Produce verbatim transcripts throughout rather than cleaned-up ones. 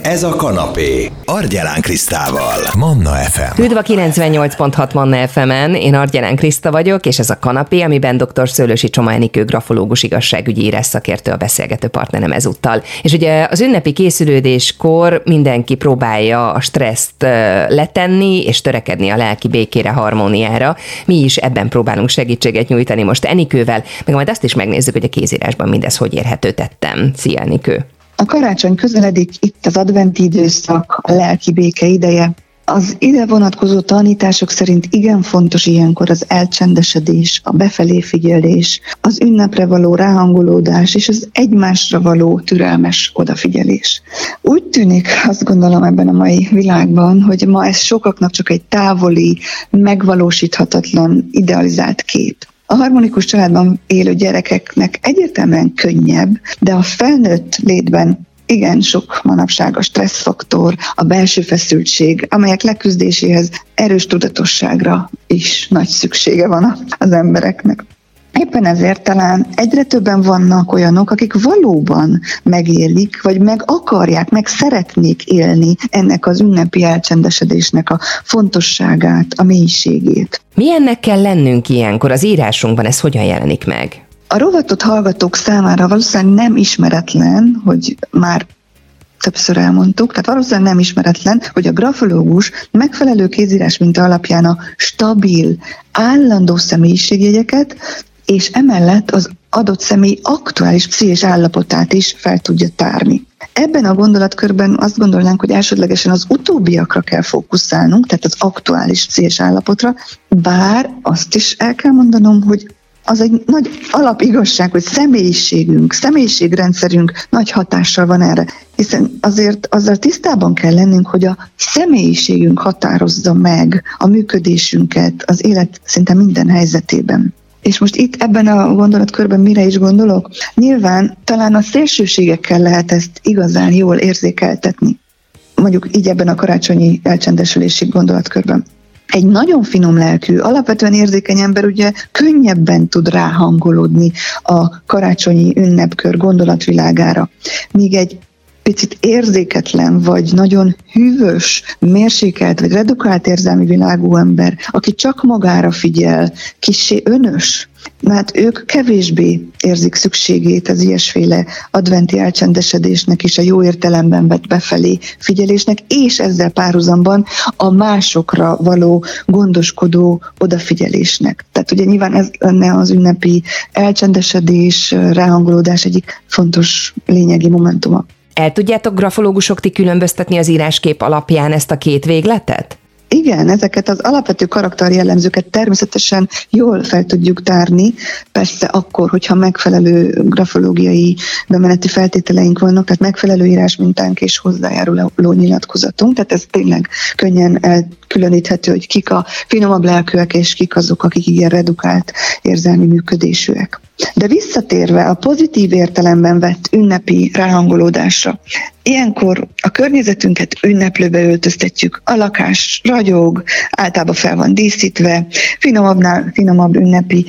Ez a kanapé. Argyelán Krisztával. Manna ef em. Üdv a kilencvennyolc pont hat Manna ef emen, én Argyelán Kriszta vagyok, és ez a kanapé, amiben dr. Szőlősi Csoma Enikő grafológus igazságügyi írás szakértő a beszélgető partnerem ezúttal. És ugye az ünnepi készülődéskor mindenki próbálja a stresszt letenni, és törekedni a lelki békére, harmóniára. Mi is ebben próbálunk segítséget nyújtani most Enikővel, meg majd azt is megnézzük, hogy a kézírásban mindez hogy érhető tettem. Szia, Enikő! A karácsony közeledik, itt az adventi időszak, a lelki béke ideje. Az ide vonatkozó tanítások szerint igen fontos ilyenkor az elcsendesedés, a befelé figyelés, az ünnepre való ráhangolódás és az egymásra való türelmes odafigyelés. Úgy tűnik, azt gondolom ebben a mai világban, hogy ma ez sokaknak csak egy távoli, megvalósíthatatlan, idealizált kép. A harmonikus családban élő gyerekeknek egyértelműen könnyebb, de a felnőtt létben igen sok manapság a stresszfaktor, a belső feszültség, amelyek leküzdéséhez erős tudatosságra is nagy szüksége van az embereknek. Éppen ezért talán egyre többen vannak olyanok, akik valóban megélik, vagy meg akarják, meg szeretnék élni ennek az ünnepi elcsendesedésnek a fontosságát, a mélységét. Milyennek kell lennünk ilyenkor? Az írásunkban ez hogyan jelenik meg? A rovatot hallgatók számára valószínűleg nem ismeretlen, hogy már többször elmondtuk, tehát valószínűleg nem ismeretlen, hogy a grafológus megfelelő kézírás minta alapján a stabil, állandó személyiségjegyeket, és emellett az adott személy aktuális pszichés állapotát is fel tudja tárni. Ebben a gondolatkörben azt gondolnánk, hogy elsődlegesen az utóbbiakra kell fókuszálnunk, tehát az aktuális pszichés állapotra, bár azt is el kell mondanom, hogy az egy nagy alapigazság, hogy személyiségünk, személyiségrendszerünk nagy hatással van erre, hiszen azért azzal tisztában kell lennünk, hogy a személyiségünk határozza meg a működésünket az élet szinte minden helyzetében. És most itt ebben a gondolatkörben mire is gondolok? Nyilván talán a szélsőségekkel lehet ezt igazán jól érzékeltetni. Mondjuk így ebben a karácsonyi elcsendesülési gondolatkörben. Egy nagyon finom lelkű, alapvetően érzékeny ember ugye könnyebben tud ráhangolódni a karácsonyi ünnepkör gondolatvilágára, míg egy picit érzéketlen, vagy nagyon hűvös, mérsékelt, vagy redukált érzelmi világú ember, aki csak magára figyel, kissé önös, mert ők kevésbé érzik szükségét az ilyesféle adventi elcsendesedésnek és a jó értelemben vett befelé figyelésnek, és ezzel párhuzamban a másokra való gondoskodó odafigyelésnek. Tehát ugye nyilván ez lenne az ünnepi elcsendesedés, ráhangolódás egyik fontos lényegi momentuma. El tudjátok grafológusok ti különböztetni az íráskép alapján ezt a két végletet? Igen, ezeket az alapvető karakterjellemzőket természetesen jól fel tudjuk tárni, persze akkor, hogyha megfelelő grafológiai bemeneti feltételeink vannak, tehát megfelelő írásmintánk és hozzájáruló nyilatkozatunk, tehát ez tényleg könnyen elkülöníthető, hogy kik a finomabb lelkűek és kik azok, akik igen redukált érzelmi működésűek. De visszatérve a pozitív értelemben vett ünnepi ráhangolódásra, ilyenkor a környezetünket ünneplőbe öltöztetjük, a lakás ragyog, általában fel van díszítve, finomabbnál finomabb ünnepi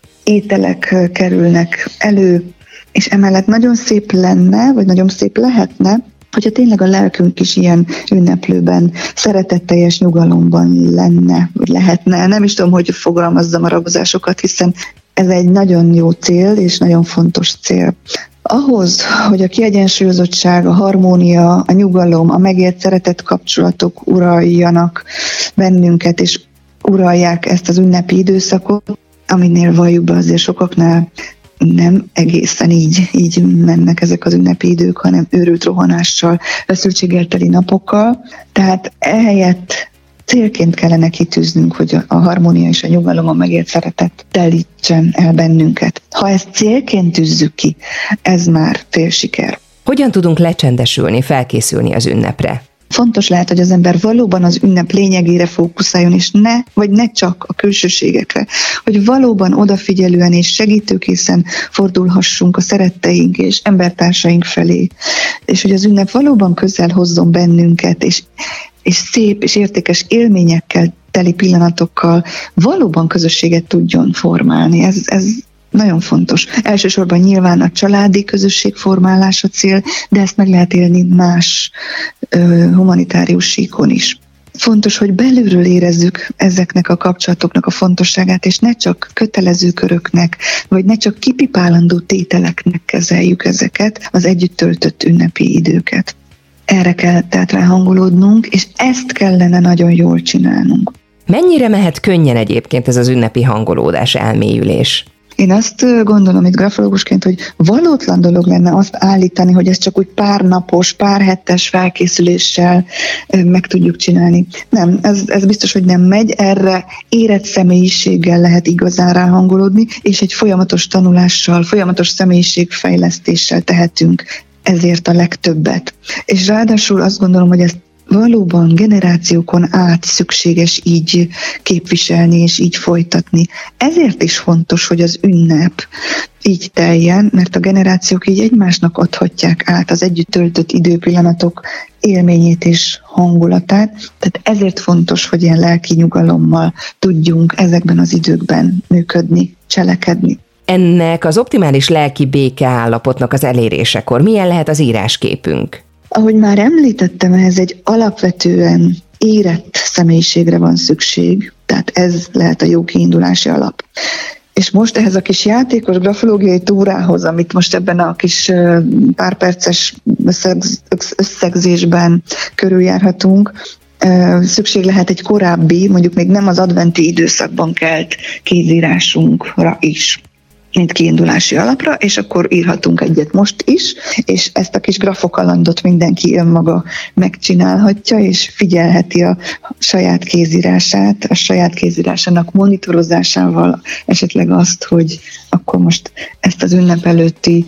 ételek kerülnek elő, és emellett nagyon szép lenne, vagy nagyon szép lehetne, hogyha tényleg a lelkünk is ilyen ünneplőben, szeretetteljes nyugalomban lenne, vagy lehetne. Nem is tudom, hogy fogalmazzam a ragozásokat, hiszen ez egy nagyon jó cél, és nagyon fontos cél. Ahhoz, hogy a kiegyensúlyozottság, a harmónia, a nyugalom, a megélt szeretett kapcsolatok uraljanak bennünket, és uralják ezt az ünnepi időszakot, aminél valljuk be azért sokaknál nem egészen így, így mennek ezek az ünnepi idők, hanem őrült rohanással, feszültséggel teli napokkal. Tehát ehelyett célként kellene kitűznünk, hogy a harmónia és a nyugalom, a megélt szeretet telítsen el bennünket. Ha ezt célként tűzzük ki, ez már fél siker. Hogyan tudunk lecsendesülni, felkészülni az ünnepre? Fontos lehet, hogy az ember valóban az ünnep lényegére fókuszáljon, és ne, vagy ne csak a külsőségekre, hogy valóban odafigyelően és segítőkészen fordulhassunk a szeretteink és embertársaink felé, és hogy az ünnep valóban közel hozzon bennünket, és, és szép és értékes élményekkel teli pillanatokkal valóban közösséget tudjon formálni. Ez, ez Nagyon fontos. Elsősorban nyilván a családi közösségformálás a cél, de ezt meg lehet élni más ö, humanitárius síkon is. Fontos, hogy belülről érezzük ezeknek a kapcsolatoknak a fontosságát, és ne csak kötelező köröknek, vagy ne csak kipipálandó tételeknek kezeljük ezeket, az együtt töltött ünnepi időket. Erre kell tehát ráhangolódnunk, és ezt kellene nagyon jól csinálnunk. Mennyire mehet könnyen egyébként ez az ünnepi hangolódás, elmélyülés? Én azt gondolom itt grafológusként, hogy valótlan dolog lenne azt állítani, hogy ezt csak úgy pár napos, pár hetes felkészüléssel meg tudjuk csinálni. Nem, ez, ez biztos, hogy nem megy, erre érett személyiséggel lehet igazán ráhangolódni, és egy folyamatos tanulással, folyamatos személyiségfejlesztéssel tehetünk ezért a legtöbbet. És ráadásul azt gondolom, hogy ezt valóban generációkon át szükséges így képviselni és így folytatni. Ezért is fontos, hogy az ünnep így teljen, mert a generációk így egymásnak adhatják át az együtt töltött időpillanatok élményét és hangulatát. Tehát ezért fontos, hogy ilyen lelki nyugalommal tudjunk ezekben az időkben működni, cselekedni. Ennek az optimális lelki békeállapotnak az elérésekor milyen lehet az írásképünk? Ahogy már említettem, ez egy alapvetően érett személyiségre van szükség, tehát ez lehet a jó kiindulási alap. És most ehhez a kis játékos grafológiai túrához, amit most ebben a kis pár perces összegzésben körüljárhatunk, szükség lehet egy korábbi, mondjuk még nem az adventi időszakban kelt kézírásunkra is, mint kiindulási alapra, és akkor írhatunk egyet most is, és ezt a kis grafokalandot mindenki önmaga megcsinálhatja, és figyelheti a saját kézírását, a saját kézírásának monitorozásával, esetleg azt, hogy akkor most ezt az ünnep előtti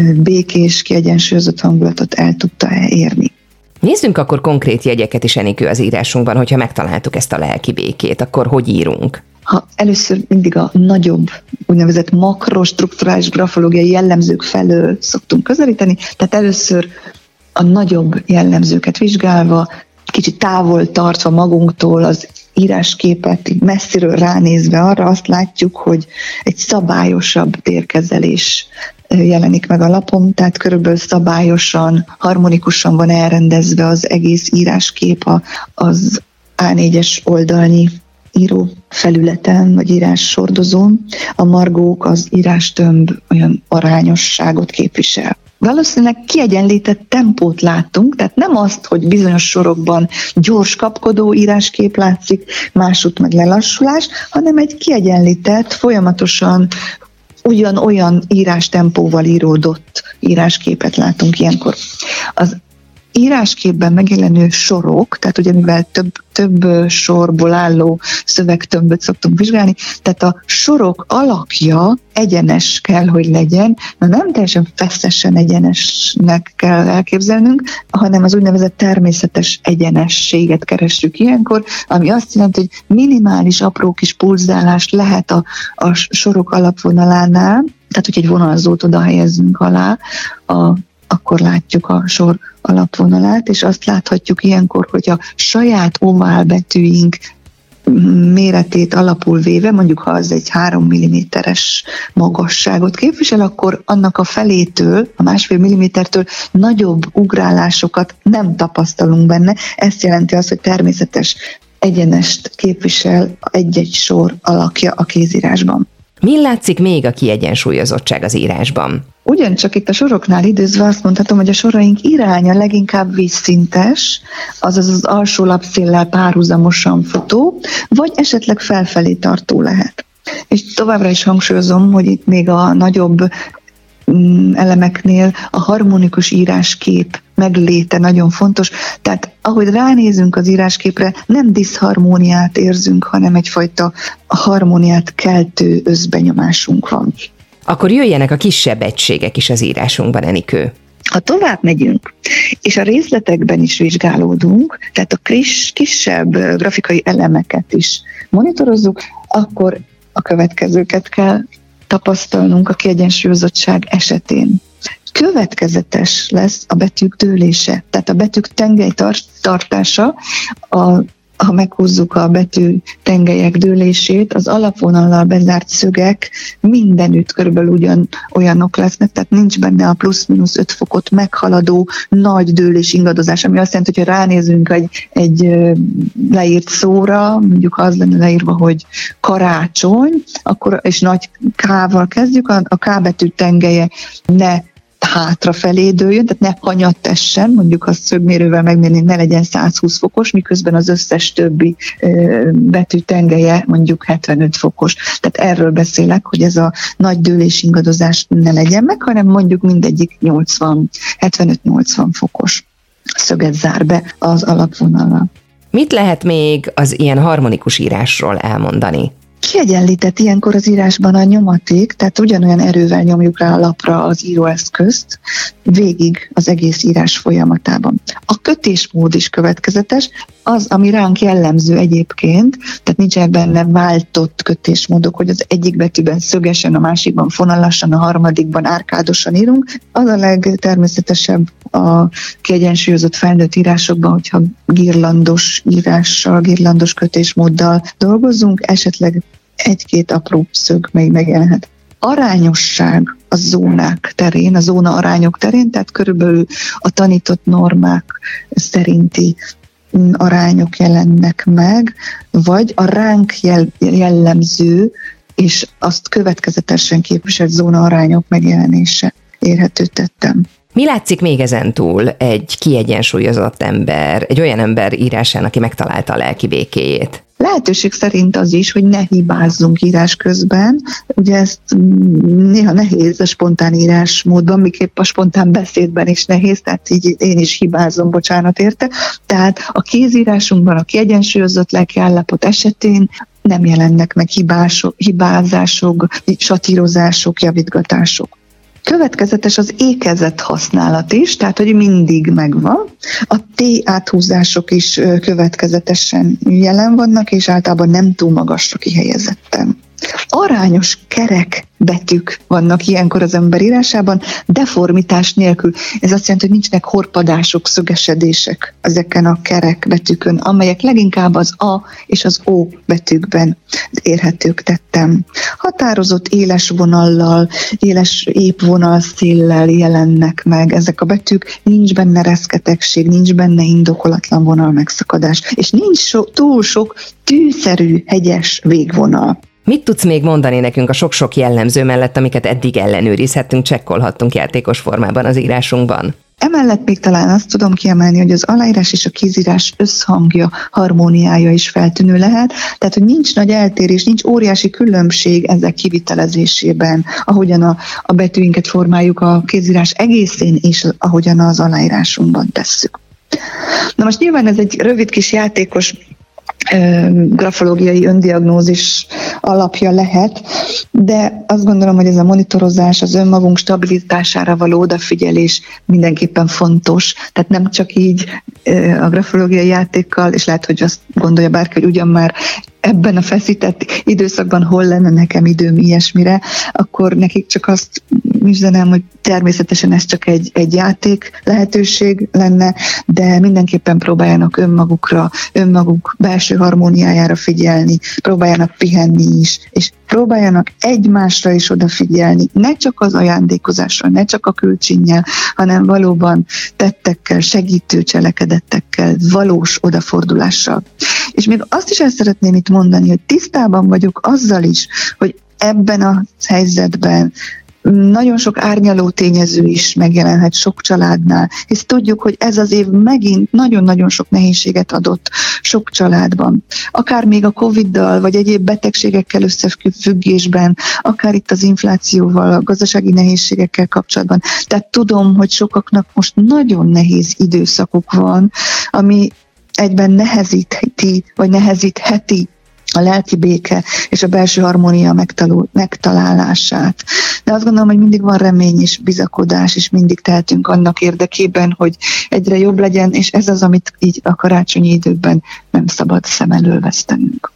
békés, kiegyensúlyozott hangulatot el tudta érni. Nézzünk akkor konkrét jegyeket is, Enikő, az írásunkban, hogyha megtaláltuk ezt a lelki békét, akkor hogy írunk? Ha először mindig a nagyobb, úgynevezett makrostrukturális grafológiai jellemzők felől szoktunk közelíteni, tehát először a nagyobb jellemzőket vizsgálva, kicsit távol tartva magunktól az írásképet, messziről ránézve arra azt látjuk, hogy egy szabályosabb térkezelés jelenik meg a lapon, tehát körülbelül szabályosan, harmonikusan van elrendezve az egész íráskép az á négyes oldalnyi író felületen, vagy írás sordozón. A margók, az írástömb olyan arányosságot képvisel. Valószínűleg kiegyenlített tempót látunk, tehát nem azt, hogy bizonyos sorokban gyors kapkodó íráskép látszik, másút meg lelassulás, hanem egy kiegyenlített, folyamatosan ugyan-olyan írástempóval íródott írásképet látunk ilyenkor. Az írásképben megjelenő sorok, tehát ugye mivel több, több sorból álló szövegtömböt szoktunk vizsgálni, tehát a sorok alakja egyenes kell, hogy legyen, na nem teljesen feszesen egyenesnek kell elképzelnünk, hanem az úgynevezett természetes egyenességet keressük ilyenkor, ami azt jelenti, hogy minimális apró kis pulzálás lehet a, a sorok alapvonalánál, tehát hogy egy vonalzót oda helyezzünk alá, a akkor látjuk a sor alapvonalát, és azt láthatjuk ilyenkor, hogy a saját oválbetűink méretét alapul véve, mondjuk ha az egy három milliméteres magasságot képvisel, akkor annak a felétől, a másfél millimétertől nagyobb ugrálásokat nem tapasztalunk benne. Ezt jelenti azt, hogy természetes egyenest képvisel egy-egy sor alakja a kézírásban. Mi látszik még a kiegyensúlyozottság az írásban? Ugyancsak itt a soroknál időzve azt mondhatom, hogy a soraink iránya leginkább vízszintes, azaz az alsó lapszéllel párhuzamosan futó, vagy esetleg felfelé tartó lehet. És továbbra is hangsúlyozom, hogy itt még a nagyobb elemeknél a harmonikus íráskép megléte nagyon fontos, tehát ahogy ránézünk az írásképre, nem diszharmóniát érzünk, hanem egyfajta harmóniát keltő összbenyomásunk van. Akkor jöjjenek a kisebb egységek is az írásunkban, Enikő. Ha tovább megyünk, és a részletekben is vizsgálódunk, tehát a kis, kisebb grafikai elemeket is monitorozzuk, akkor a következőket kell tapasztalnunk a kiegyensúlyozottság esetén. Következetes lesz a betűk dőlése, tehát a betűk tengelytartása a ha meghúzzuk a betű tengelyek dőlését, az alapvonallal bezárt szögek mindenütt körülbelül ugyan olyanok lesznek, tehát nincs benne a plusz-minusz öt fokot meghaladó nagy dőlés ingadozás, ami azt jelenti, hogy ha ránézünk egy, egy leírt szóra, mondjuk az lenne leírva, hogy karácsony, akkor, és nagy K-val kezdjük, a, a K betű tengelye ne hátrafelé dőljön, tehát ne hanyatt essen, mondjuk ha szögmérővel megmérni, ne legyen száz húsz fokos, miközben az összes többi ö, betű tengelye mondjuk hetvenöt fokos. Tehát erről beszélek, hogy ez a nagy dőlés ingadozás ne legyen meg, hanem mondjuk mindegyik nyolcvan, hetvenöt-nyolcvan fokos szöget zár be az alapvonallal. Mit lehet még az ilyen harmonikus írásról elmondani? Kiegyenlített ilyenkor az írásban a nyomaték, tehát ugyanolyan erővel nyomjuk rá a lapra az íróeszközt, végig az egész írás folyamatában. A kötésmód is következetes, az, ami ránk jellemző egyébként, tehát nincsenek benne váltott kötésmódok, hogy az egyik betűben szögesen, a másikban fonallasan, a harmadikban árkádosan írunk. Az a legtermészetesebb a kiegyensúlyozott felnőtt írásokban, hogyha girlandos írással, girlandos kötésmóddal dolgozunk, esetleg egy-két apró szög még megjelenhet. Arányosság a zónák terén, a zóna arányok terén, tehát körülbelül a tanított normák szerinti arányok jelennek meg, vagy a ránk jellemző és azt következetesen képviselt zóna arányok megjelenése érhető tetten. Mi látszik még ezentúl egy kiegyensúlyozott ember, egy olyan ember írásán, aki megtalálta a lelki békéjét? Lehetőség szerint az is, hogy ne hibázzunk írás közben. Ugye ezt néha nehéz a spontán írásmódban, miképp a spontán beszédben is nehéz, tehát így én is hibázom, bocsánat érte. Tehát a kézírásunkban a kiegyensúlyozott lelki állapot esetén nem jelennek meg hibások, hibázások, satírozások, javítgatások. Következetes az ékezet használat is, tehát hogy mindig megvan. A T áthúzások is következetesen jelen vannak, és általában nem túl magasra kihelyezetten. Arányos kerek betűk vannak ilyenkor az ember írásában, deformitás nélkül. Ez azt jelenti, hogy nincsenek horpadások, szögesedések ezeken a kerek betűkön, amelyek leginkább az A és az O betűkben érhetők tetten. Határozott éles vonallal, éles épp vonalszéllel jelennek meg ezek a betűk, nincs benne reszketegség, nincs benne indokolatlan vonal megszakadás, és nincs so, túl sok tűszerű, hegyes végvonal. Mit tudsz még mondani nekünk a sok-sok jellemző mellett, amiket eddig ellenőrizhettünk, csekkolhattunk játékos formában az írásunkban? Emellett még talán azt tudom kiemelni, hogy az aláírás és a kézírás összhangja, harmóniája is feltűnő lehet, tehát hogy nincs nagy eltérés, nincs óriási különbség ezek kivitelezésében, ahogyan a, a betűinket formáljuk a kézírás egészén, és ahogyan az aláírásunkban tesszük. Na most nyilván ez egy rövid kis játékos grafológiai öndiagnózis alapja lehet, de azt gondolom, hogy ez a monitorozás, az önmagunk stabilitására való odafigyelés mindenképpen fontos, tehát nem csak így a grafológiai játékkal, és lehet, hogy azt gondolja bárki, hogy ugyan már ebben a feszített időszakban hol lenne nekem időm ilyesmire, akkor nekik csak azt üzenem, hogy természetesen ez csak egy, egy játék lehetőség lenne, de mindenképpen próbáljanak önmagukra, önmaguk belső harmóniájára figyelni, próbáljanak pihenni is, és próbáljanak egymásra is odafigyelni, ne csak az ajándékozással, ne csak a külcsinnyel, hanem valóban tettekkel, segítő cselekedettekkel, valós odafordulással. És még azt is el szeretném itt mondani, hogy tisztában vagyok azzal is, hogy ebben a helyzetben nagyon sok árnyaló tényező is megjelenhet sok családnál, hisz tudjuk, hogy ez az év megint nagyon-nagyon sok nehézséget adott sok családban. Akár még a Coviddal, vagy egyéb betegségekkel összefüggésben, akár itt az inflációval, a gazdasági nehézségekkel kapcsolatban. Tehát tudom, hogy sokaknak most nagyon nehéz időszakuk van, ami egyben nehezíti, vagy nehezítheti a lelki béke és a belső harmónia megtalál, megtalálását. De azt gondolom, hogy mindig van remény és bizakodás, és mindig tehetünk annak érdekében, hogy egyre jobb legyen, és ez az, amit így a karácsonyi időkben nem szabad szem elől vesztenünk.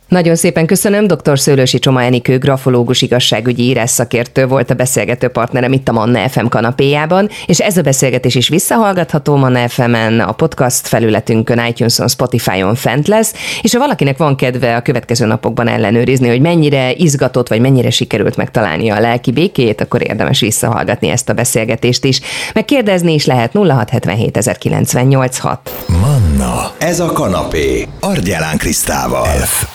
Nagyon szépen köszönöm, dr. Szőlősi Csoma Enikő, grafológus, igazságügyi írásszakértő volt a beszélgető partnerem itt a Manna ef em kanapéjában, és ez a beszélgetés is visszahallgatható Manna ef emen, a podcast felületünkön, iTunes-on, Spotify-on fent lesz, és ha valakinek van kedve a következő napokban ellenőrizni, hogy mennyire izgatott, vagy mennyire sikerült megtalálnia a lelki békét, akkor érdemes visszahallgatni ezt a beszélgetést is. Meg kérdezni is lehet nulla hat hetvenhét ezerkilencszáznyolcvanhat. Manna, ez a kanapé, Argyelán Krisztával.